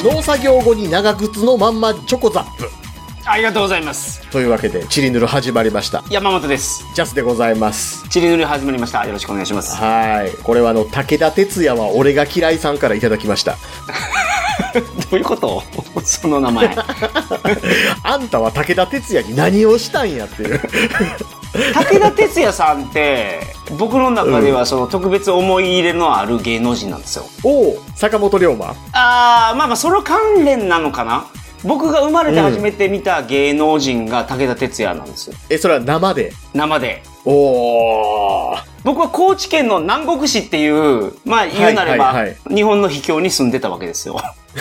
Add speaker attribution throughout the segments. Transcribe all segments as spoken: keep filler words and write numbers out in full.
Speaker 1: 農作業後に長靴のまんまチョコザップ。
Speaker 2: ありがとうございます。
Speaker 1: というわけでチリヌル始まりました。
Speaker 2: 山本です。
Speaker 1: ジャスでございます。
Speaker 2: チリヌル始まりました。よろしくお願いします。
Speaker 1: はい。これはあの武田鉄矢は俺が嫌いさんからいただきました。
Speaker 2: どういうことその名前。
Speaker 1: あんたは武田鉄矢に何をしたんやっていう。
Speaker 2: 武田鉄矢さんって僕の中ではその特別思い入れのある芸能人なんですよ。
Speaker 1: うん、おお、坂本龍馬。
Speaker 2: あー、まあまあその関連なのかな。僕が生まれて初めて見た芸能人が武田鉄矢なんですよ。
Speaker 1: え、それは生で？
Speaker 2: 生で。
Speaker 1: おー。
Speaker 2: 僕は高知県の南国市っていう、まあ言うなれば、はいはいはい、日本の秘境に住んでたわけですよ。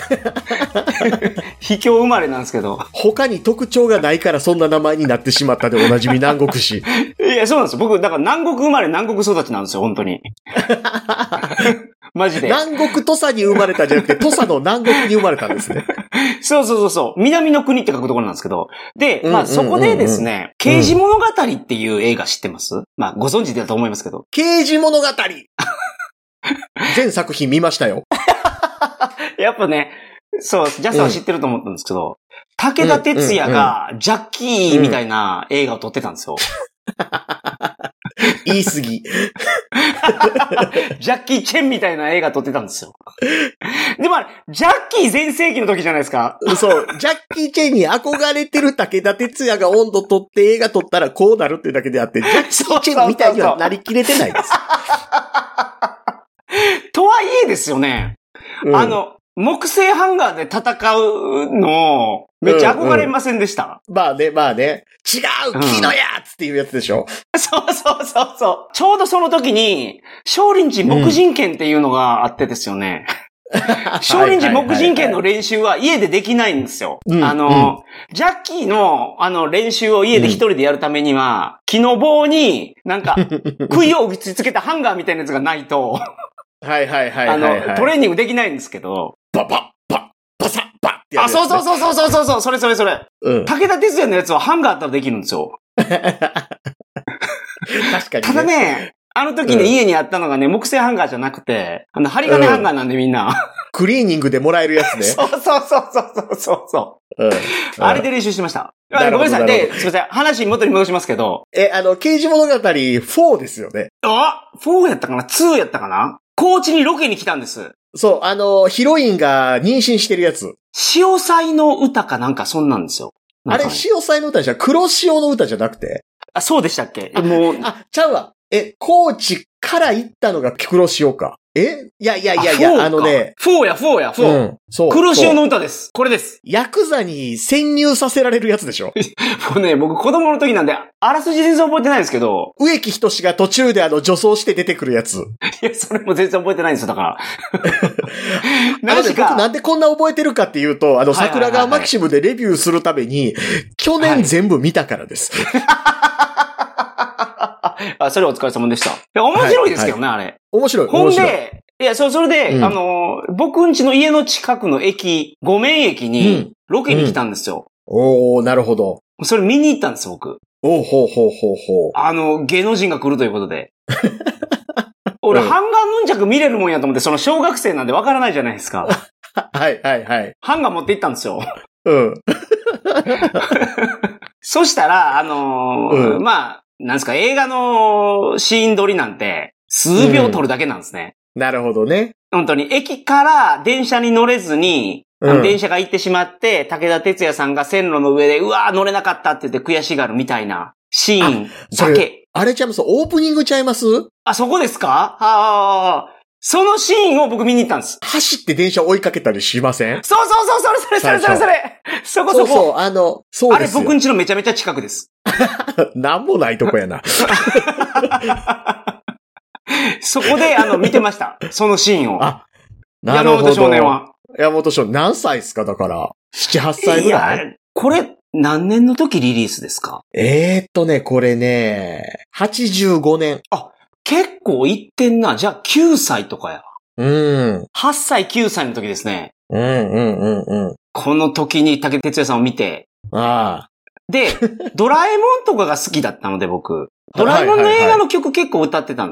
Speaker 2: 秘境生まれなんですけど。
Speaker 1: 他に特徴がないからそんな名前になってしまったでおなじみ南国市。
Speaker 2: いや、そうなんですよ。僕、だから南国生まれ南国育ちなんですよ、本当に。マジで。
Speaker 1: 南国土佐に生まれたんじゃなくて、土佐の南国に生まれたんですね。
Speaker 2: そうそうそうそう。南の国って書くところなんですけど。で、まあそこでですね、刑事物語っていう映画知ってます？まあご存知だと思いますけど。
Speaker 1: 刑事物語全作品見ましたよ。
Speaker 2: やっぱね、そう、ジャスは知ってると思ったんですけど、うん、武田鉄矢がジャッキーみたいな映画を撮ってたんですよ。
Speaker 1: 言い過ぎ。
Speaker 2: ジャッキー・チェンみたいな映画撮ってたんですよ。でもあれ、ジャッキー全盛期の時じゃないですか。
Speaker 1: そう。ジャッキー・チェンに憧れてる武田鉄矢が温度撮って映画撮ったらこうなるってだけであって、ジャッキー・チェンみたいにはなりきれてないです。
Speaker 2: とはいえですよね。うん、あの、木製ハンガーで戦うの、めっちゃ憧れませんでした、
Speaker 1: うんうん、まあね、まあね。違う木のやつっていうやつでしょ、
Speaker 2: うん、そうそうそうそう。ちょうどその時に、少林寺木人拳っていうのがあってですよね。うん、少林寺木人拳の練習は家でできないんですよ。うん、あの、うん、ジャッキーのあの練習を家で一人でやるためには、うん、木の棒になんか、杭を打ち付けたハンガーみたいなやつがないと、
Speaker 1: はいはいはいはい、はい。
Speaker 2: あの、トレーニングできないんですけど、
Speaker 1: ババッバッバサッバッってやるやつ、ね。
Speaker 2: あ、そうそうそうそうそうそう、それそれそれ。うん。武田鉄矢のやつはハンガーあったらできるんですよ。確かに、ね。ただね、あの時ね、うん、家にあったのがね、木製ハンガーじゃなくて、あの、針金ハンガーなんでみんな。うん、
Speaker 1: クリーニングでもらえるやつね。
Speaker 2: そうそうそうそうそうそう。うん。あれで練習しました。あ、ごめんなさい。で、すみません。話元に戻しますけど。
Speaker 1: え、あの、刑事物語フォーですよね。
Speaker 2: あ ?フォー やったかな ?ツー やったかな高知にロケに来たんです。
Speaker 1: そう、あの、ヒロインが妊娠してるやつ。
Speaker 2: 潮祭の歌かなんかそんなんですよ。
Speaker 1: あれ、潮祭の歌じゃ、黒潮の歌じゃなくて。
Speaker 2: あ、そうでしたっけもう。
Speaker 1: あ、ちゃうわ。え、高知から行ったのが黒潮か。えいやいやいやいや、あ, あのね。
Speaker 2: フォーや、フォーや、フォー。うん、そう。黒潮の歌です。これです。
Speaker 1: ヤクザに潜入させられるやつでしょ。
Speaker 2: もうね、僕子供の時なんで、あらすじ全然覚えてないんですけど。
Speaker 1: 植木仁が途中であの、女装して出てくるやつ。い
Speaker 2: や、それも全然覚えてないんですよ、だから。
Speaker 1: なんで僕なんでこんな覚えてるかっていうと、あの、桜川マキシムでレビューするために、去年全部見たからです。
Speaker 2: あ、それお疲れ様でした。いや、面白いですけどね、はいはい、あれ。
Speaker 1: 面白い。
Speaker 2: ほんで、いや、そ、それで、うん、あの、僕ん家の家の近くの駅、五面駅に、ロケに来たんですよ。
Speaker 1: うんうん、おー、なるほど。
Speaker 2: それ見に行ったんですよ、僕。
Speaker 1: おー、ほうほうほうほう。
Speaker 2: あの、芸能人が来るということで。俺、うん、ハンガーヌンチャク見れるもんやと思って、その小学生なんでわからないじゃないですか。
Speaker 1: はいはいはい。
Speaker 2: ハンガー持って行ったんですよ。
Speaker 1: うん。
Speaker 2: そしたら、あのーうん、まあ、なんですか、映画のシーン撮りなんて、数秒撮るだけなんですね。
Speaker 1: うん、なるほどね。
Speaker 2: 本当に、駅から電車に乗れずに、うん、電車が行ってしまって、武田鉄矢さんが線路の上で、うわー乗れなかったって言って悔しがるみたいなシーンだけ。
Speaker 1: あれちゃいます？オープニングちゃいます？
Speaker 2: あ、そこですか？はあ。そのシーンを僕見に行ったんです。
Speaker 1: 走って電車追いかけたりしません？
Speaker 2: そうそうそう、それそれそれそれそれ。そこそこ。
Speaker 1: そうそう、あの、そうですよ。
Speaker 2: あれ僕ん家のめちゃめちゃ近くです。
Speaker 1: なんもないとこやな。
Speaker 2: そこで、あの、見てました。そのシーンを。
Speaker 1: あ、なるほど。
Speaker 2: 山本少年は。
Speaker 1: 山本少年、何歳ですかだから。なな、はっさいぐらい？いや、
Speaker 2: これ、何年の時リリースですか？
Speaker 1: えーっとね、これね、はちじゅうごねん。
Speaker 2: あ、結構いってんな。じゃあきゅうさいとかや。
Speaker 1: うん。
Speaker 2: はっさい、きゅうさいの時ですね。
Speaker 1: うんうんうんうん。
Speaker 2: この時に武哲也さんを見て。
Speaker 1: ああ。
Speaker 2: で、ドラえもんとかが好きだったので僕。ドラえもんの映画の曲結構歌ってたんですよ。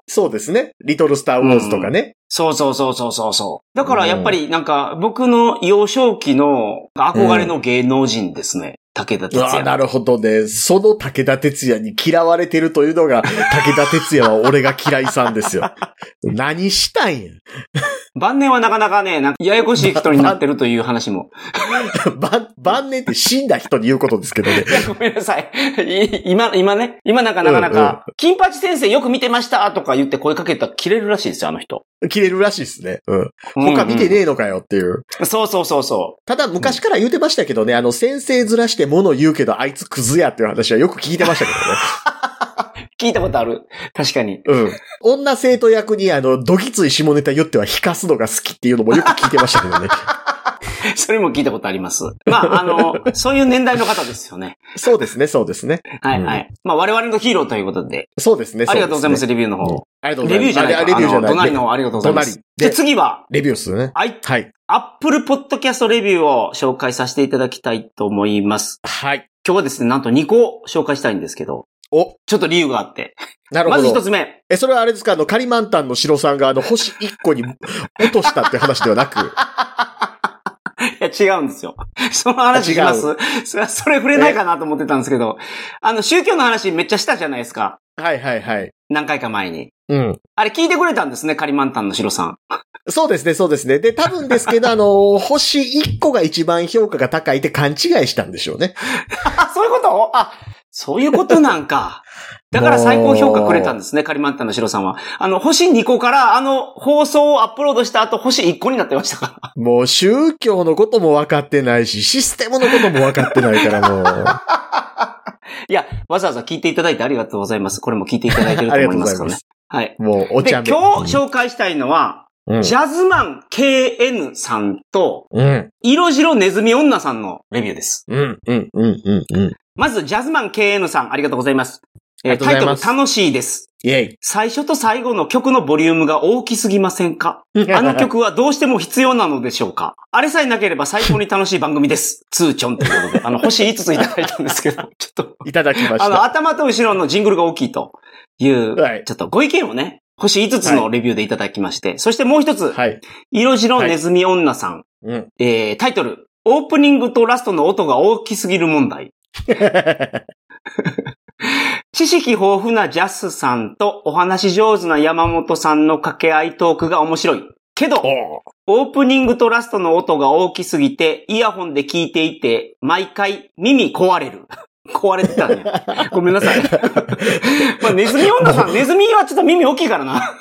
Speaker 1: そうですね。リトルスターウォーズとかね。うん、
Speaker 2: そうそうそうそうそうそう。だからやっぱりなんか僕の幼少期の憧れの芸能人ですね。うん、武田鉄矢。
Speaker 1: あ、なるほどね。その武田鉄矢に嫌われてるというのが、武田鉄矢は俺が嫌いさんですよ。何したんや。
Speaker 2: 晩年はなかなかね、なんかややこしい人になってるという話も。
Speaker 1: 晩、晩年って死んだ人に言うことですけどね。
Speaker 2: いや、ごめんなさい。今、今ね、今なんかなかなか、うんうん、金八先生よく見てましたとか言って声かけたら切れるらしいですよ、あの人。
Speaker 1: 切れるらしいですね。うん。他見てねえのかよっていう。うん
Speaker 2: うん、そうそうそうそう。
Speaker 1: ただ昔から言うてましたけどね、あの、先生ずらして物言うけど、あいつクズやっていう話はよく聞いてましたけどね。
Speaker 2: 聞いたことある。確かに。
Speaker 1: うん。女生徒役にあの、どぎつい下ネタ言っては引かすのが好きっていうのもよく聞いてましたけどね。
Speaker 2: それも聞いたことあります。まあ、あの、そういう年代の方ですよね。
Speaker 1: そうですね、そうですね。
Speaker 2: はいはい。うん、まあ、我々のヒーローということで。
Speaker 1: そうですね、
Speaker 2: ありがとうございます、レビューの方。うん、
Speaker 1: ありがとうございます。
Speaker 2: レビューじゃないか。
Speaker 1: レビューじゃない。
Speaker 2: 隣の方ありがとうございます。で、次は。
Speaker 1: レビューですね。
Speaker 2: はい。
Speaker 1: はい。
Speaker 2: アップルポッドキャストレビューを紹介させていただきたいと思います。
Speaker 1: はい。
Speaker 2: 今日はですね、なんとにこ紹介したいんですけど。
Speaker 1: お
Speaker 2: ちょっと理由があって。
Speaker 1: なるほど。
Speaker 2: まず一つ目。
Speaker 1: え、それはあれですか、あの、カリマンタンの城さんがあの、星いっこに落としたって話ではなく。
Speaker 2: いや、違うんですよ。その話します。それ、それ触れないかなと思ってたんですけど、あの、宗教の話めっちゃしたじゃないですか。
Speaker 1: はいはいはい。
Speaker 2: 何回か前に。
Speaker 1: うん。
Speaker 2: あれ聞いてくれたんですね、カリマンタンの城さん。
Speaker 1: そうですね、そうですね。で、多分ですけど、あの、星いっこが一番評価が高いって勘違いしたんでしょうね。
Speaker 2: そういうことあ、そういうことなんか。だから最高評価くれたんですね、カリマンタンの城さんは。あの、星にこからあの放送をアップロードした後、星いっこになってましたから。
Speaker 1: もう宗教のことも分かってないし、システムのことも分かってないからもう。
Speaker 2: いや、わざわざ聞いていただいてありがとうございます。これも聞いていただいてると思いますからね。はい。
Speaker 1: もう、お茶目。
Speaker 2: で、今日紹介したいのは、うん、ジャズマン ケーエヌ さんと、うん、色白ネズミ女さんのレビューです。
Speaker 1: うん、うん、うん、うん、うん。
Speaker 2: まず、ジャズマン ケーエヌ さん、ありがとうございます。えー、タイトル楽しいです。
Speaker 1: イェイ。
Speaker 2: 最初と最後の曲のボリュームが大きすぎませんか？あの曲はどうしても必要なのでしょうか？あれさえなければ最高に楽しい番組です。ツーチョンということで、あの、星いつついただいたんですけど、ちょっと。
Speaker 1: いただきました。
Speaker 2: あの、頭と後ろのジングルが大きいという、はい、ちょっとご意見をね、星いつつのレビューでいただきまして、はい、そしてもう一つ、はい、色白ネズミ女さん、はいうんえー、タイトル、オープニングとラストの音が大きすぎる問題。知識豊富なジャスさんとお話上手な山本さんの掛け合いトークが面白い。けど、オープニングとラストの音が大きすぎて、イヤホンで聞いていて、毎回耳壊れる。壊れてたね。ごめんなさい。まあ、ネズミ女さん、ネズミはちょっと耳大きいからな。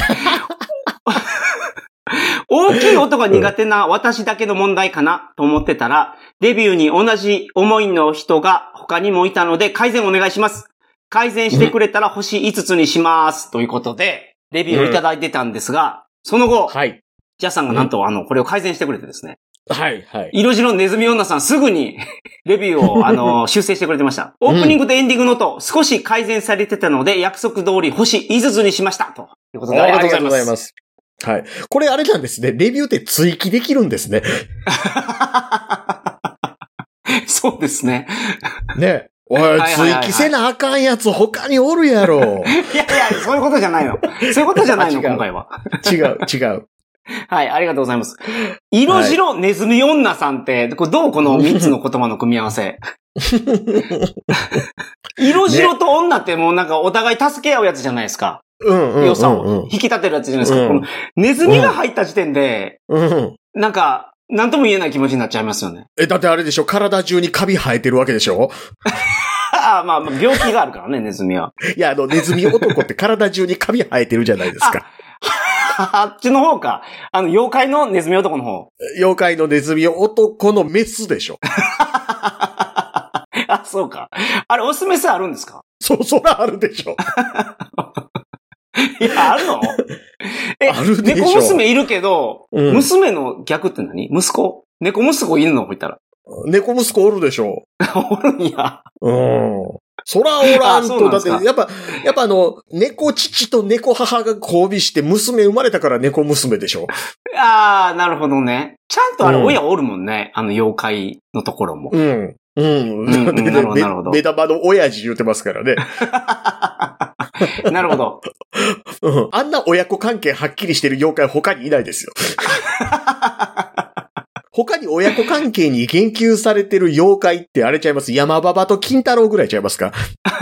Speaker 2: 大きい音が苦手な私だけの問題かなと思ってたら、デビューに同じ思いの人が他にもいたので改善お願いします。改善してくれたら星いつつにします。ということで、レビューをいただいてたんですが、その後、はい、ジャスさんがなんとあの、これを改善してくれてですね。
Speaker 1: はい、はい。
Speaker 2: 色白ネズミ女さんすぐにレビューをあの、修正してくれてました。オープニングとエンディングの音、少し改善されてたので、約束通り星いつつにしました。ということで、ありがとうございます。
Speaker 1: はい。これあれなんですね。レビューって追記できるんですね。
Speaker 2: そうですね。
Speaker 1: ね。おい、追記せなあかんやつ他におるやろ。いやい
Speaker 2: や、そういうことじゃないの。そういうことじゃないの、今回は。
Speaker 1: 違う、違う。
Speaker 2: はい、ありがとうございます。色白ネズミ女さんって、これどうこのみっつの言葉の組み合わせ。色白と女ってもうなんかお互い助け合うやつじゃないですか。
Speaker 1: うんうん。
Speaker 2: 良さを引き立てるやつじゃないですか。うん、このネズミが入った時点で、うん、なんか、なんとも言えない気持ちになっちゃいますよね。
Speaker 1: え、だってあれでしょ、体中にカビ生えてるわけでしょ
Speaker 2: あまあ、まあ、病気があるからね、ネズミは。
Speaker 1: いや、あの、ネズミ男って体中にカビ生えてるじゃないですか。
Speaker 2: あっちの方か。あの、妖怪のネズミ男の方。
Speaker 1: 妖怪のネズミ男のメスでしょ。
Speaker 2: あ、そうか。あれ、オスメスあるんですか？
Speaker 1: そう、そらあるでしょ。
Speaker 2: いや、あるの？え、
Speaker 1: あるでしょ。
Speaker 2: 猫娘いるけど、うん、娘の逆って何？息子？猫息子いるの？こう言ったら。
Speaker 1: 猫息子おるでしょ。
Speaker 2: おるんや。
Speaker 1: うん。そらおらんと、だって、やっぱ、やっぱあの、猫父と猫母が交尾して娘生まれたから猫娘でしょ。
Speaker 2: ああ、なるほどね。ちゃんとあれ親おるもんね。うん、あの妖怪のところも。
Speaker 1: うん。 うん。
Speaker 2: うんうん、なるほど、なるほど。
Speaker 1: 目玉の親父言ってますからね。
Speaker 2: なるほど、
Speaker 1: うん。あんな親子関係はっきりしてる妖怪他にいないですよ。他に親子関係に言及されてる妖怪ってあれちゃいます？山馬場と金太郎ぐらいちゃいますか？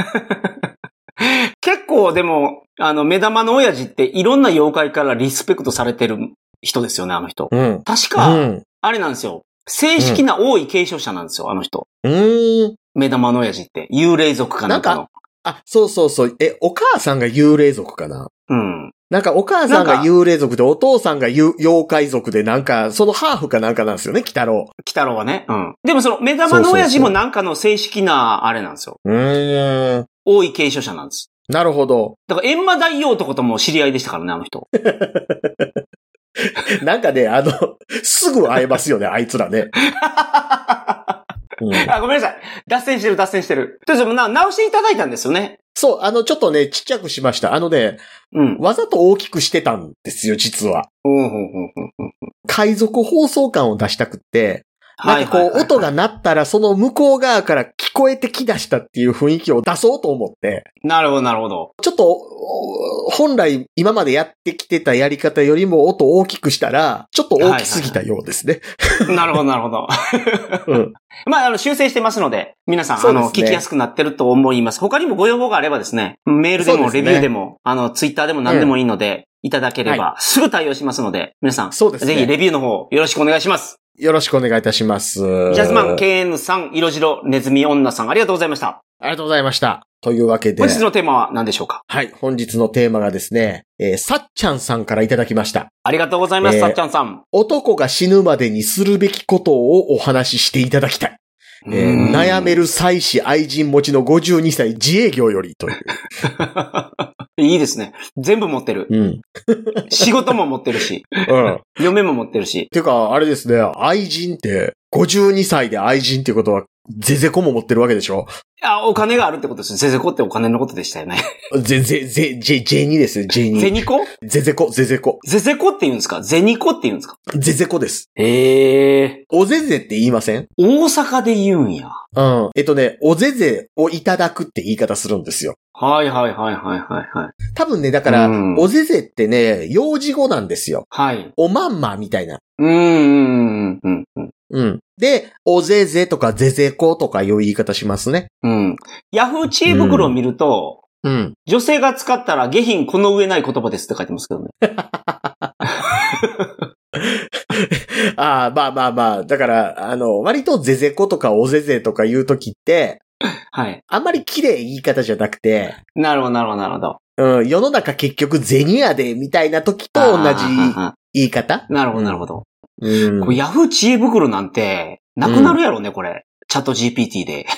Speaker 2: 結構でも、あの、目玉の親父っていろんな妖怪からリスペクトされてる人ですよね、あの人。
Speaker 1: うん。
Speaker 2: 確か、うん、あれなんですよ。正式な王位継承者なんですよ、あの人。
Speaker 1: うーん。
Speaker 2: 目玉の親父って。幽霊族かなんかの。なんか、
Speaker 1: あ、そうそうそう。え、お母さんが幽霊族かな？
Speaker 2: うん。
Speaker 1: なんかお母さんが幽霊族でお父さんが妖怪族でなんか、そのハーフかなんかなんですよね、鬼太郎。
Speaker 2: 鬼太郎はね。うん。でもその目玉の親父もなんかの正式なあれなんですよ。
Speaker 1: うーん。
Speaker 2: 王位継承者なんです。
Speaker 1: なるほど。
Speaker 2: だから閻魔大王とかとも知り合いでしたからね、あの人。
Speaker 1: なんかね、あの、すぐ会えますよね、あいつらね。
Speaker 2: うん、あ、ごめんなさい。脱線してる、脱線してる。とりあえず、な、直していただいたんですよね。
Speaker 1: そう、あの、ちょっとね、ちっちゃくしました。あのね、うん、わざと大きくしてたんですよ、実は。
Speaker 2: うんうんうんうんうん、
Speaker 1: 海賊放送感を出したくって、なんかこう、音が鳴ったらその向こう側から聞こえてきだしたっていう雰囲気を出そうと思って。
Speaker 2: なるほど、なるほど。
Speaker 1: ちょっと、本来今までやってきてたやり方よりも音を大きくしたら、ちょっと大きすぎたようですね。
Speaker 2: はいはいはい、なるほど、なるほど。うん、まあ、あの、修正してますので、皆さん、ね、あの、聞きやすくなってると思います。他にもご要望があればですね、メールでもレビューでも、ね、あの、ツイッターでも何でもいいので、うん、いただければ、はい、すぐ対応しますので、皆さん、そうですね、ぜひレビューの方よろしくお願いします。
Speaker 1: よろしくお願いいたします。ジ
Speaker 2: ャズマン ケーエヌ さん、色白ネズミ女さん、ありがとうございました。
Speaker 1: ありがとうございました。というわけで。
Speaker 2: 本日のテーマは何でしょうか？
Speaker 1: はい、本日のテーマがですね、えー、さっちゃんさんからいただきました。
Speaker 2: ありがとうございます、えー、さっちゃんさん。
Speaker 1: 男が死ぬまでにするべきことをお話ししていただきたい。えー、悩める妻子愛人持ちのごじゅうにさい自営業よりという。
Speaker 2: いいですね。全部持ってる。うん。仕事も持ってるし。うん。嫁も持ってるし。
Speaker 1: てか、あれですね、愛人って、ごじゅうにさいで愛人っていうことは、ゼゼコも持ってるわけでしょ？
Speaker 2: あ、お金があるってことです。ゼゼコってお金のことでしたよね。
Speaker 1: ゼゼ、ゼ、ジェ、ジェニですよ、ジェニ。
Speaker 2: ゼニコ？
Speaker 1: ゼゼコ、ゼゼコ。
Speaker 2: ゼゼコって言うんですか？ゼニコって言うんですか？
Speaker 1: ゼゼコです。
Speaker 2: へえ。
Speaker 1: おぜぜって言いません？
Speaker 2: 大阪で言うんや。
Speaker 1: うん。えっとね、おぜぜをいただくって言い方するんですよ。
Speaker 2: はいはいはいはいはいはい。
Speaker 1: 多分ね、だから、うん、おぜぜってね、幼児語なんですよ。
Speaker 2: はい。
Speaker 1: おまんまみたいな。
Speaker 2: うんうんうんうん。
Speaker 1: うん。で、おぜぜとかぜぜことかいう言い方しますね。
Speaker 2: うん。ヤフー知恵袋を見ると、うん。女性が使ったら下品この上ない言葉ですって書いてますけどね。
Speaker 1: ああ、まあまあまあ。だから、あの、割とぜぜことかおぜぜとか言うときって、
Speaker 2: はい。
Speaker 1: あんまり綺麗言い方じゃなくて。
Speaker 2: なるほど、なるほど、なるほど。
Speaker 1: うん、世の中結局銭やで、みたいな時と同じ言い方？
Speaker 2: なるほど、なるほど。うん。これヤフー知恵袋なんて、なくなるやろね、うん、これ。チャット ジーピーティー で。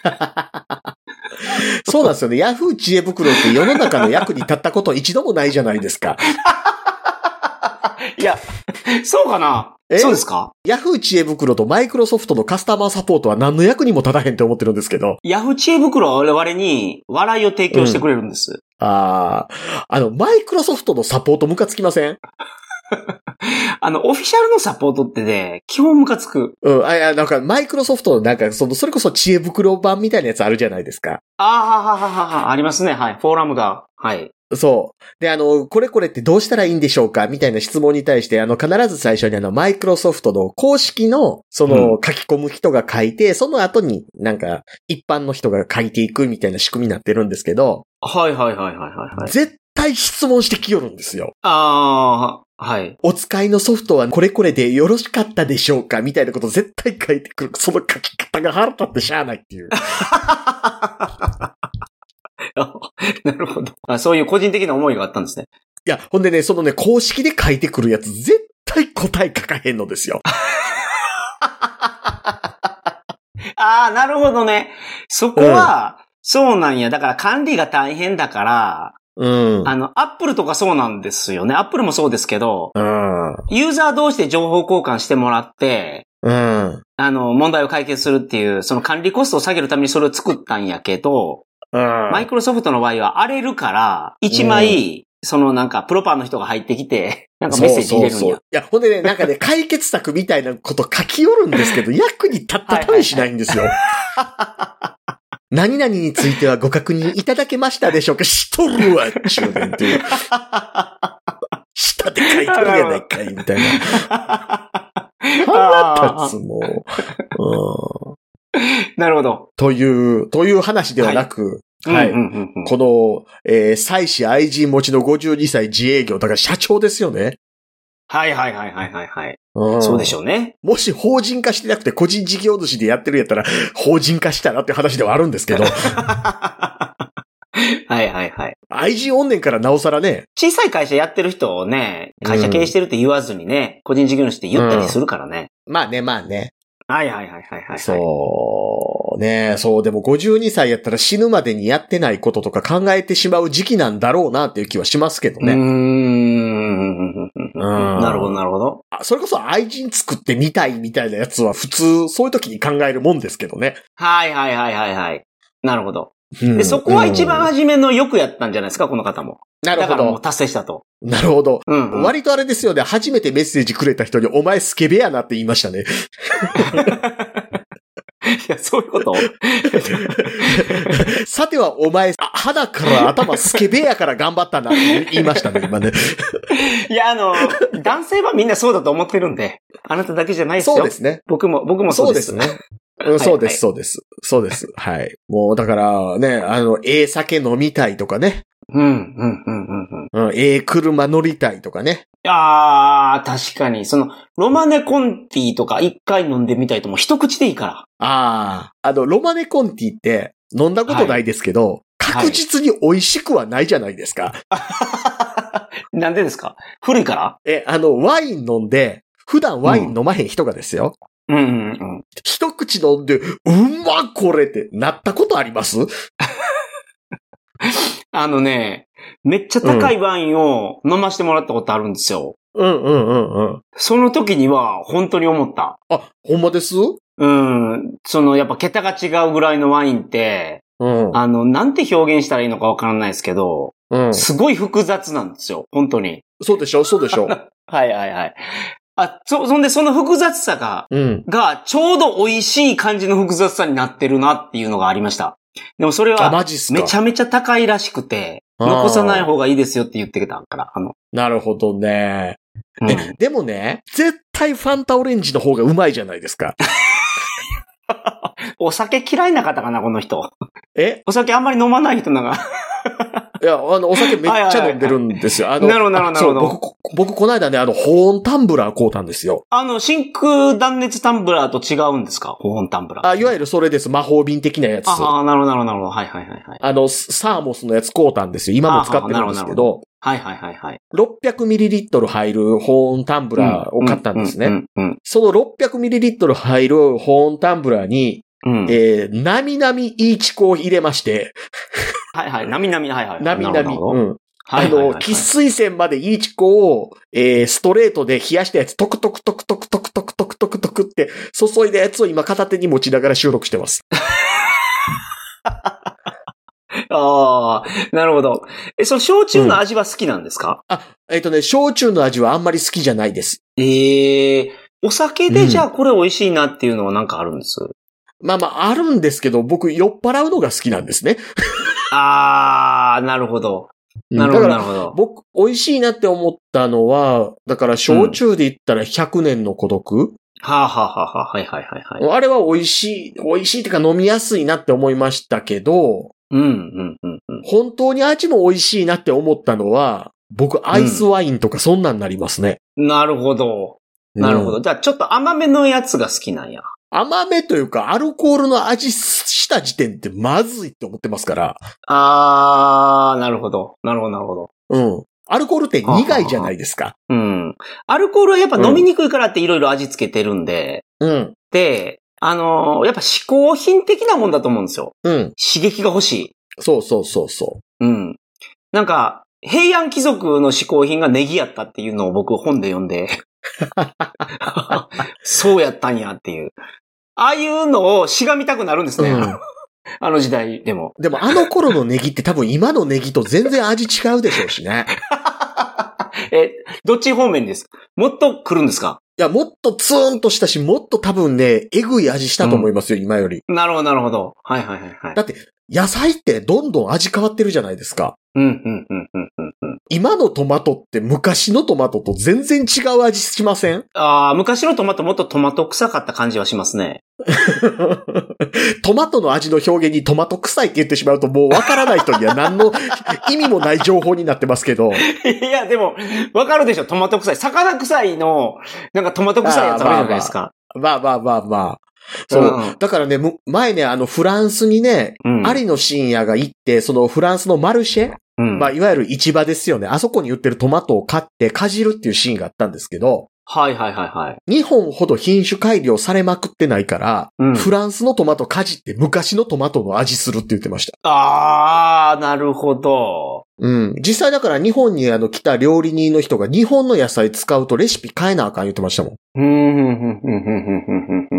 Speaker 1: そうなんですよね。ヤフー知恵袋って世の中の役に立ったこと一度もないじゃないですか。
Speaker 2: いや、そうかな？そうですか？
Speaker 1: ヤフー知恵袋とマイクロソフトのカスタマーサポートは何の役にも立たへんって思ってるんですけど。
Speaker 2: ヤフー知恵袋は我々に笑いを提供してくれるんです。うん、
Speaker 1: ああ、あの、マイクロソフトのサポートムカつきません？
Speaker 2: あの、オフィシャルのサポートってね、基本ムカつく。
Speaker 1: うん、あ、いや、なんか、マイクロソフトのなんか、その、それこそ知恵袋版みたいなやつあるじゃないですか。
Speaker 2: ああ、ははははは、ありますね。はい。フォーラムが。はい。
Speaker 1: そう。で、あの、これこれってどうしたらいいんでしょうかみたいな質問に対して、あの、必ず最初にあの、マイクロソフトの公式の、その、書き込む人が書いて、うん、その後になんか、一般の人が書いていくみたいな仕組みになってるんですけど。
Speaker 2: はいはいはいはいはい、はい。
Speaker 1: 絶対質問してきよるんですよ。
Speaker 2: ああ、はい。
Speaker 1: お使いのソフトはこれこれでよろしかったでしょうかみたいなこと絶対書いてくる。その書き方が腹立ってしゃあないっていう。
Speaker 2: なるほどあ。そういう個人的な思いがあったんですね。
Speaker 1: いや、ほんでね、そのね、公式で書いてくるやつ、絶対答え書かへんのですよ。
Speaker 2: ああ、なるほどね。そこは、うん、そうなんや。だから管理が大変だから、うん。あの、アップルとかそうなんですよね。アップルもそうですけど、うん。ユーザー同士で情報交換してもらって、うん。あの、問題を解決するっていう、その管理コストを下げるためにそれを作ったんやけど、うん、マイクロソフトの場合は荒れるから、一枚そのなんか、プロパンの人が入ってきて、なんかメッセージ入れるんや。
Speaker 1: そうそうそう。いや、ほんでね、なんかね、解決策みたいなこと書き寄るんですけど、役に立った試しないんですよ。何々についてはご確認いただけましたでしょうか？しとるわ、中年っていう。下で書いてるやないかい、みたいな。腹立つもう、うん。
Speaker 2: なるほど。
Speaker 1: という、という話ではなく、はい。この、えー、妻子愛人持ちのごじゅうにさい自営業、だから社長ですよね。
Speaker 2: はいはいはいはいはいはい。うん、そうでしょうね。
Speaker 1: もし法人化してなくて個人事業主でやってるやったら、法人化したらって話ではあるんですけど。
Speaker 2: はいはいはい。
Speaker 1: 愛人おんねんからなおさらね。
Speaker 2: 小さい会社やってる人をね、会社経営してるって言わずにね、うん、個人事業主って言ったりするからね。
Speaker 1: うん、まあねまあね。
Speaker 2: はいはいはいはいはい。
Speaker 1: そうね、そうでもごじゅうにさいやったら死ぬまでにやってないこととか考えてしまう時期なんだろうなっていう気はしますけどね。うー
Speaker 2: ん。なるほどなるほど。
Speaker 1: それこそ愛人作ってみたいみたいなやつは普通そういう時に考えるもんですけどね。
Speaker 2: はいはいはいはいはい。なるほど。で、そこは一番初めのよくやったんじゃないですか、この方も。なるほど。だからもう達成したと。
Speaker 1: なるほど。うんうん、割とあれですよね、初めてメッセージくれた人に、お前スケベやなって言いましたね。
Speaker 2: いや、そういうこと
Speaker 1: さてはお前、肌から頭スケベやから頑張ったなって言いましたね、今ね。
Speaker 2: いや、あの、男性はみんなそうだと思ってるんで、あなただけじゃないですよ。
Speaker 1: そうですね。
Speaker 2: 僕も、僕もそうです。
Speaker 1: そうですね。うん、そうです、そうです。そうです。はい。もう、だから、ね、あの、ええ酒飲みたいとかね。
Speaker 2: うん、うん、うん、うん。
Speaker 1: うん、ええ車乗りたいとかね。
Speaker 2: ああ、確かに。その、ロマネコンティとか一回飲んでみたいとも一口でいいから。あ
Speaker 1: あ。あの、ロマネコンティって飲んだことないですけど、はい、確実に美味しくはないじゃないですか。
Speaker 2: はい、なんでですか？古いから？
Speaker 1: え、あの、ワイン飲んで、普段ワイン飲まへん人がですよ。
Speaker 2: うんうんうん。
Speaker 1: 一口飲んで、うまこれってなったことあります？
Speaker 2: あのね、めっちゃ高いワインを飲ましてもらったことあるんですよ。
Speaker 1: うんうんうんうん。
Speaker 2: その時には本当に思った。
Speaker 1: あ、ほんまです？
Speaker 2: うん。そのやっぱ桁が違うぐらいのワインって、うん、あの、なんて表現したらいいのかわからないですけど、うん、すごい複雑なんですよ。本当に。
Speaker 1: そうでしょそうでしょ
Speaker 2: はいはいはい。あ、そ、そんでその複雑さが、うん、がちょうど美味しい感じの複雑さになってるなっていうのがありました。でもそれは、めちゃめちゃ高いらしくて、残さない方がいいですよって言ってきたから、あの。
Speaker 1: なるほどね。うん、え、でもね、絶対ファンタオレンジの方がうまいじゃないですか。
Speaker 2: お酒嫌いな方かな、この人。
Speaker 1: え？
Speaker 2: お酒あんまり飲まない人なんか。
Speaker 1: いや、あの、お酒めっちゃ飲んでるんですよ。あの、
Speaker 2: なるほど、なるほど、なるほど。
Speaker 1: 僕、僕、この間ね、あの、保温タンブラー買うたんですよ。
Speaker 2: あの、真空断熱タンブラーと違うんですか？保温タンブラー。
Speaker 1: あ、いわゆるそれです。魔法瓶的なやつ。
Speaker 2: ああ、なるほど、なるほど、なるほど。はいはいはいはい。
Speaker 1: あの、サーモスのやつ買うたんですよ。今も使ってるんですけど。
Speaker 2: はいはいはいはい。
Speaker 1: ろっぴゃくミリリットル 入る保温タンブラーを買ったんですね。その ろっぴゃくミリリットル 入る保温タンブラーに、うん、えー、なみなみイーチコを入れまして。
Speaker 2: はいはい、なみなみ、はいはい。
Speaker 1: なみなみ。うん。あの、喫水線までイーチコを、えー、ストレートで冷やしたやつ、トクトクトクトクトクトクトクトクトクって注いだやつを今片手に持ちながら収録してます。
Speaker 2: ああ、なるほど。え、その焼酎の味は好きなんですか？
Speaker 1: うん、あ、えっとね、焼酎の味はあんまり好きじゃないです。
Speaker 2: ええー、お酒でじゃあこれ美味しいなっていうのはなんかあるんです？うん、
Speaker 1: まあまあ、あるんですけど、僕酔っ払うのが好きなんですね。
Speaker 2: ああ、なるほど。なるほど、なるほど。
Speaker 1: 僕、美味しいなって思ったのは、だから焼酎で言ったらひゃくねんの孤独、うん、
Speaker 2: はあ、はあはあ、はいはいはいはい。
Speaker 1: あれは美味しい、美味しいっていうか飲みやすいなって思いましたけど、
Speaker 2: うん、うん、うん。
Speaker 1: 本当に味も美味しいなって思ったのは、僕、アイスワインとかそんなんなりますね。
Speaker 2: うん、なるほど。なるほど。うん、じゃあ、ちょっと甘めのやつが好きなんや。
Speaker 1: 甘めというか、アルコールの味した時点ってまずいって思ってますから。
Speaker 2: あー、なるほど。なるほど、なるほど。
Speaker 1: うん。アルコールって苦いじゃないですか。
Speaker 2: うん。アルコールはやっぱ飲みにくいからっていろいろ味付けてるんで。
Speaker 1: うん。
Speaker 2: で、あのー、やっぱ嗜好品的なもんだと思うんですよ。
Speaker 1: うん。
Speaker 2: 刺激が欲しい。
Speaker 1: そうそうそうそう。
Speaker 2: うん。なんか、平安貴族の嗜好品がネギやったっていうのを僕本で読んで。そうやったんやっていう。ああいうのをしがみたくなるんですね。うん、 あの時代でも。
Speaker 1: でもあの頃のネギって多分今のネギと全然味違うでしょうしね。
Speaker 2: え、どっち方面ですか？もっと来るんですか？
Speaker 1: いや、もっとツーンとしたし、もっと多分ね、えぐい味したと思いますよ、うん、今より。
Speaker 2: なるほど、なるほど。はいはいはい、はい。
Speaker 1: だって、野菜ってどんどん味変わってるじゃないですか。
Speaker 2: うん、うん、うん、うん、うん。
Speaker 1: 今のトマトって昔のトマトと全然違う味しません？
Speaker 2: ああ、昔のトマトもっとトマト臭かった感じはしますね。
Speaker 1: トマトの味の表現にトマト臭いって言ってしまうともうわからない人には何の意味もない情報になってますけど。
Speaker 2: いや、でも、わかるでしょ、トマト臭い。魚臭いの、なんかトマト臭いやつあるじゃないですか。
Speaker 1: まあまあまあまあ。そう。うん、だからね、前ね、あの、フランスにね、うん、有野深夜が行って、そのフランスのマルシェ、うん、まあ、いわゆる市場ですよね。あそこに売ってるトマトを買ってかじるっていうシーンがあったんですけど、
Speaker 2: はいはいはいはい。
Speaker 1: 日本ほど品種改良されまくってないから、うん、フランスのトマトかじって昔のトマトの味するって言ってました。
Speaker 2: あー、なるほど。
Speaker 1: うん。実際だから日本にあの来た料理人の人が日本の野菜使うとレシピ変えなあかん言ってましたもん。
Speaker 2: うん、うん、うん、うん、うん、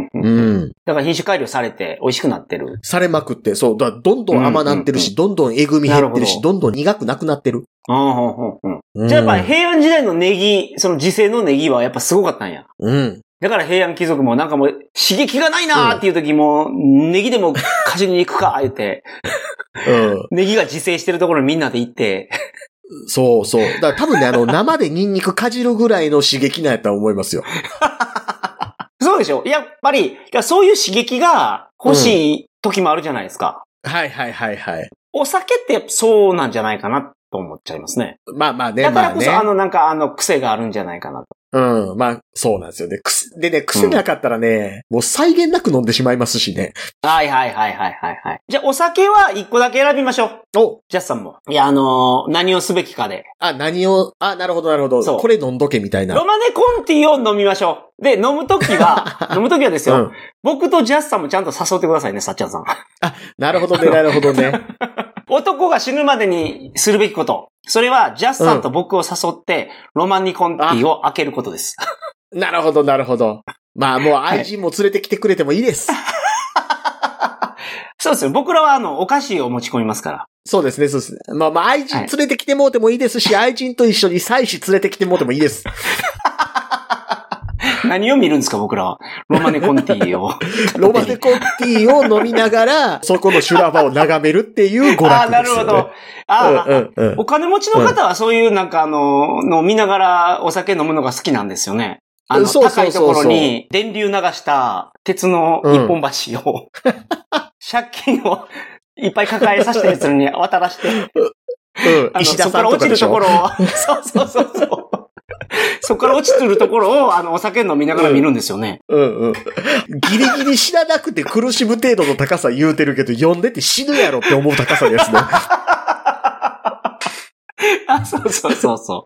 Speaker 2: うん。うん。だから品種改良されて美味しくなってる。
Speaker 1: されまくって、そう。だどんどん甘なってるし、うんうんうん、どんどんえぐみ減ってるし、どんどん苦くなくなってる。
Speaker 2: うんうんうんうん、じゃあやっぱ平安時代のネギ、その時世のネギはやっぱすごかったんや。
Speaker 1: うん。
Speaker 2: だから平安貴族もなんかもう刺激がないなーっていう時も、うん、ネギでもかじりに行くか、言って。うん。ネギが自生してるところにみんなで行って。
Speaker 1: そうそう。だから多分ね、あの、生でニンニクかじるぐらいの刺激なんやったら思いますよ。
Speaker 2: そうでしょ？やっぱり、そういう刺激が欲しい時もあるじゃないですか。
Speaker 1: うん、はいはいはいはい。
Speaker 2: お酒ってやっぱそうなんじゃないかなと思っちゃいますね。
Speaker 1: まあまあね、
Speaker 2: だからこそ、
Speaker 1: まあね、
Speaker 2: あのなんかあの癖があるんじゃないかなと。
Speaker 1: うん。まあ、そうなんですよね。でね、癖なかったらね、うん、もう際限なく飲んでしまいますしね。
Speaker 2: はいはいはいはいはいはい。じゃあ、お酒は一個だけ選びましょう。
Speaker 1: お
Speaker 2: ジャスさんも。いや、あのー、何をすべきかで。
Speaker 1: あ、何を、あ、なるほどなるほど。そう。これ飲んどけみたいな。
Speaker 2: ロマネコンティを飲みましょう。で、飲むときは、飲むときはですよ、うん。僕とジャスさんもちゃんと誘ってくださいね、さっちゃんさん。
Speaker 1: あ、なるほどね、なるほどね。
Speaker 2: 男が死ぬまでにするべきこと。それは、ジャスさんと僕を誘って、うん、ロマニコンティを開けることです。
Speaker 1: なるほど、なるほど。まあ、もう愛人も連れてきてくれてもいいです。
Speaker 2: はい、そうですよ。僕らは、あの、お菓子を持ち込みますから。
Speaker 1: そうですね、そうですね。まあまあ、愛人連れてきてもうてもいいですし、はい、愛人と一緒に妻子連れてきてもうてもいいです。
Speaker 2: 何を見るんですか、僕らは。ロマネコンティを。
Speaker 1: ロマネコンティを飲みながら、そこの修羅場を眺めるっていう娯楽ですよね。ああ、
Speaker 2: なるほど。ああ、うんうんうん、お金持ちの方はそういうなんかあの、飲みながらお酒飲むのが好きなんですよね。あの、そうそうそうそう、高いところに電流流した鉄の一本橋を、うん、借金をいっぱい抱えさせたやつに渡らして、うん、あの、そこから落ちるところを、そうそうそうそう。そこから落ちてるところを、あの、お酒飲みながら見るんですよね。
Speaker 1: うん、うん、うん。ギリギリ死ななくて苦しむ程度の高さ言うてるけど、読んでて死ぬやろって思う高さですね。
Speaker 2: あ、そうそうそうそう。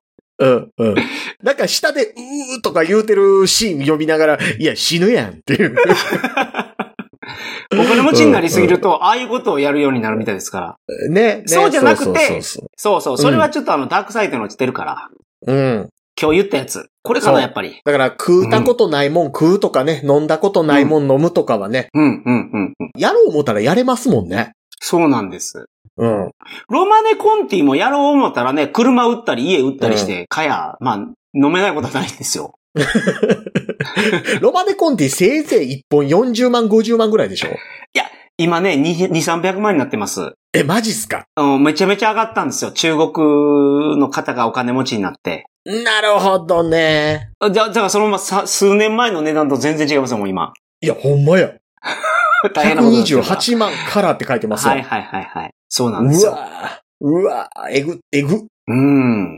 Speaker 1: うん、うん。なんか下で、うーとか言うてるシーン読みながら、いや、死ぬやんっていう。
Speaker 2: お金持ちになりすぎると、うんうん、ああいうことをやるようになるみたいですから。
Speaker 1: ね。ね
Speaker 2: そうじゃなくて、そうそうそうそう。そうそう。それはちょっとあの、ダークサイドに落ちてるから。
Speaker 1: うん。
Speaker 2: 今日言ったやつ。これかな、やっぱり。
Speaker 1: だから、食うたことないもん食うとかね、うん、飲んだことないもん飲むとかはね。
Speaker 2: うん、うん、うん。
Speaker 1: やろう思ったらやれますもんね。
Speaker 2: そうなんです。
Speaker 1: うん。
Speaker 2: ロマネコンティもやろう思ったらね、車売ったり家売ったりして、うん、かや、まあ、飲めないことはないんですよ。
Speaker 1: ロマネコンティせいぜいいっぽんよんじゅうまん、ごじゅうまんぐらいでしょ？い
Speaker 2: や、今ね、にひゃく、さんびゃくまんになってます。
Speaker 1: え、マジっすか？
Speaker 2: うん、めちゃめちゃ上がったんですよ。中国の方がお金持ちになって。
Speaker 1: なるほどね。
Speaker 2: じゃ、だからそのままさ数年前の値段と全然違いますよ、もう今。い
Speaker 1: や、ほんまや。
Speaker 2: 大変なことですよ。
Speaker 1: ひゃくにじゅうはちまんからって書いてますよ。
Speaker 2: はいはいはいはい。そうなんですよ。
Speaker 1: うわうわえぐ、えぐ。
Speaker 2: うん。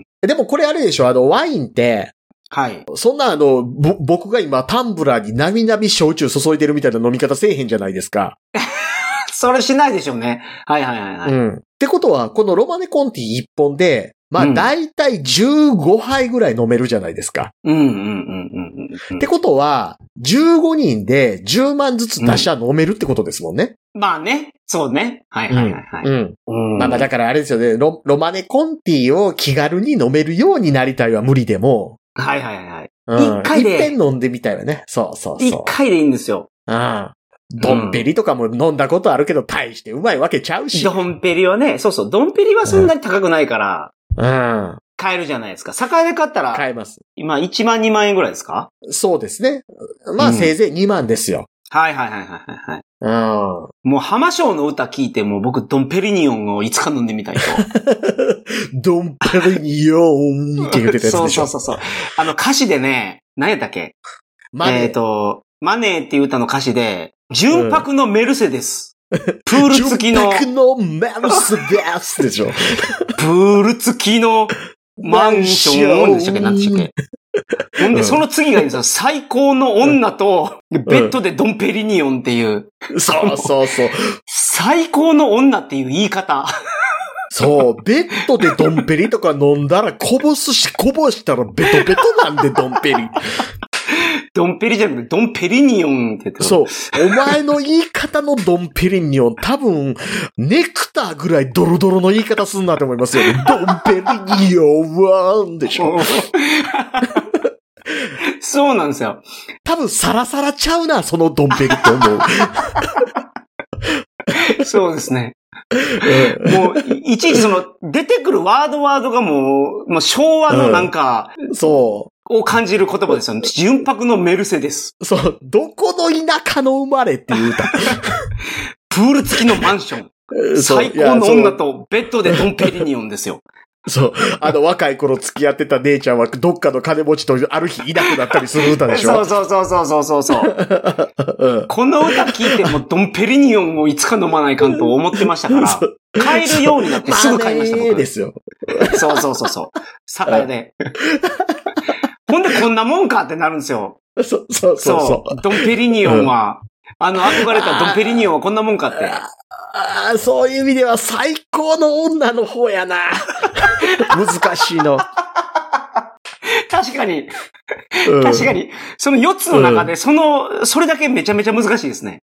Speaker 1: でもこれあれでしょ、あの、ワインって、
Speaker 2: はい。
Speaker 1: そんなあの、ぼ、僕が今タンブラーになみなみ焼酎注いでるみたいな飲み方せえへんじゃないですか。
Speaker 2: それしないでしょうね。はいはいはいはい。
Speaker 1: うん。ってことは、このロマネコンティ一本で、まあ、だいたいじゅうごはいぐらい飲めるじゃないですか。
Speaker 2: うんうんうんうんうん。
Speaker 1: ってことは、じゅうごにんでじゅうまんずつ出しゃ飲めるってことですもんね。
Speaker 2: うん、まあね。そうね。はいはいはいはい。
Speaker 1: うん。うん、まあまあだからあれですよね。ロ、ロマネコンティを気軽に飲めるようになりたいは無理でも。
Speaker 2: はいはいはい。
Speaker 1: うん。一回で。一遍飲んでみたいわね。そうそうそう。
Speaker 2: 一回でいいんですよ。
Speaker 1: うん。 ドンペリとかも飲んだことあるけど、大してうまいわけちゃうし。
Speaker 2: ドンペリはね、そうそう、ドンペリはそんなに高くないから、
Speaker 1: うん。
Speaker 2: 買えるじゃないですか。栄で買ったら、
Speaker 1: 買えます。
Speaker 2: 今いちまんにまん円ぐらいですか？
Speaker 1: そうですね。まあ、うん、せいぜいにまんですよ。
Speaker 2: はいはいはいはいはい。
Speaker 1: うん。
Speaker 2: もう浜章の歌聞いても僕ドンペリニオンをいつか飲んでみたいと。
Speaker 1: ドンペリニオンって言ってたやつでしょ。
Speaker 2: そうそうそうそう。あの歌詞でね、何やったっけ？マネー。えっと、マネーっていう歌の歌詞で、純白のメルセデス。うん、プール付きの。
Speaker 1: 純白のメルセデスでしょ。
Speaker 2: プール付きのマンションでしたっけ？何でしたっけ？ほんで、その次がいいんですよ。最高の女と、ベッドでドンペリニオンっていう。
Speaker 1: うん、そうそうそう。
Speaker 2: 最高の女っていう言い方。
Speaker 1: そう、ベッドでドンペリとか飲んだらこぼすし、こぼしたらベトベトなんでドンペリ。
Speaker 2: ドンペリじゃなくてドンペリニオンって言って。
Speaker 1: そう。お前の言い方のドンペリニオン、多分、ネクターぐらいドロドロの言い方すんなと思いますよね。ドンペリニオンはんでしょ。
Speaker 2: そうなんですよ。
Speaker 1: 多分サラサラちゃうな、そのドンペリと思
Speaker 2: う。そうですね。もう、いちいちその、出てくるワードワードがもう、もう昭和のなんか、
Speaker 1: うん、そう。
Speaker 2: を感じる言葉ですよね。純白のメルセデス。
Speaker 1: そう。どこの田舎の生まれっていう歌。
Speaker 2: プール付きのマンション。最高の女とベッドでドンペリニオンですよ。
Speaker 1: そう。あの若い頃付き合ってた姉ちゃんはどっかの金持ちとある日いなくなったりする歌でしょ。
Speaker 2: そうそうそうそうそうそう、うん。この歌聞いてもドンペリニオンをいつか飲まないかんと思ってましたから、買えるようになってすぐ買いました。僕
Speaker 1: ですよ。
Speaker 2: そうそうそうそう。酒で。ほんでこんなもんかってなるんですよ。
Speaker 1: そうそうそうそう。
Speaker 2: そう。ドンペリニオンは、うん、あの憧れたドンペリニオンはこんなもんかって。
Speaker 1: ああ、そういう意味では最高の女の方やな。難しいの。
Speaker 2: 確かに。うん、確かに。そのよっつの中で、その、うん、それだけめちゃめちゃ難しいですね。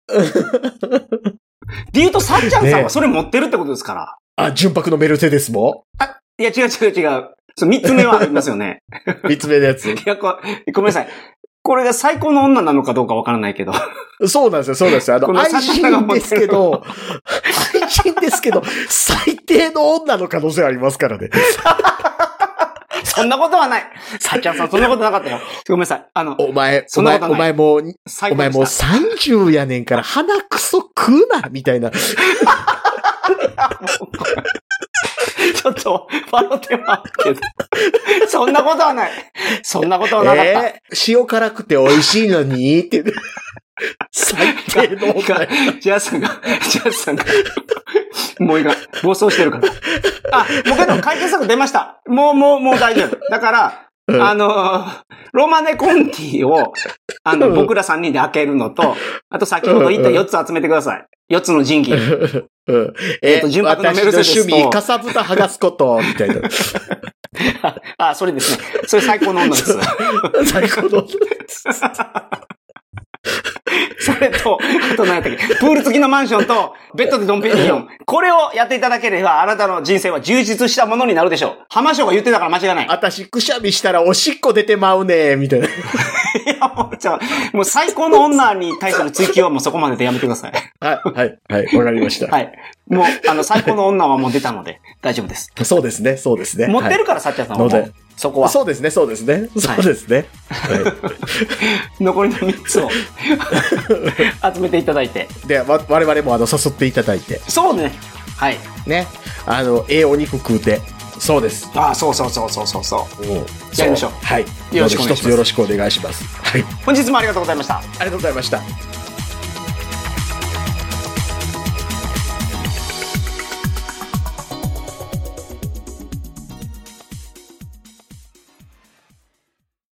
Speaker 2: で言うと、さっちゃんさんはそれ持ってるってことですから。ね、
Speaker 1: あ、純白のメルセデスも？
Speaker 2: あ、いや違う違う違う。そう、三つ目はありますよね。
Speaker 1: 三つ目のやつ。
Speaker 2: いや、ごめんなさい。これが最高の女なのかどうかわからないけど。
Speaker 1: そうなんですよ、そうなんですよ。あの、愛人ですけど、愛人ですけど、最低の女の可能性ありますからね。
Speaker 2: そんなことはない。さっちゃんさん、そんなことなかったよ。ごめんなさい。あの、
Speaker 1: お前、お前、お前もう、お前もうさんじゅうやねんから鼻くそ食うな、みたいな。
Speaker 2: ちょっと、笑ってはけど。そんなことはない。そんなことはなかった。え
Speaker 1: ー、塩辛くて美味しいのにって。最低の女。
Speaker 2: ジャスさんが、ジャスさんが、もう今、暴走してるから。あ、もうけど解決策出ました。もう、もう、もう大丈夫。だから、うん、あの、ロマネコンティを、あの、うん、僕らさんにんで開けるのと、あと先ほど言ったよっつ集めてください。よっつの神器。
Speaker 1: うん、えっと、純白のメルセデスと。私の趣味、かさぶた剥がすこと、みたいな。
Speaker 2: あ、それですね。それ最高の女です。
Speaker 1: 最高の女です。
Speaker 2: それと、あと何やったっけ、プール付きのマンションと、ベッドでドンペリニオン。これをやっていただければ、あなたの人生は充実したものになるでしょう。浜翔が言ってたから間違いない。
Speaker 1: あたし、くしゃみしたらおしっこ出てまうねみたいな。い
Speaker 2: や、もう、ちょ、もう最高の女に対する追求はもうそこまででやめてください。
Speaker 1: はい、はい、はい、わかりました。
Speaker 2: はい。もう、あの、最高の女はもう出たので、大丈夫です。
Speaker 1: そうですね、そうですね。
Speaker 2: 持ってるから、さっちゃんさんはもう。そこは。
Speaker 1: そうですね、そうですね。そうですね。はい、
Speaker 2: 残りのみっつを集めていただいて。
Speaker 1: で、わ、我々もあの、誘っていただいて。
Speaker 2: そうね。はい。
Speaker 1: ね。あの、ええお肉食うて。そうです。
Speaker 2: ああ、そうそうそうそうそうそう。やりましょう。
Speaker 1: はい。よろしくお願いします。一つよろしくお願いします。はい。
Speaker 2: 本日もありがとうございました。あ
Speaker 1: りがとうございました。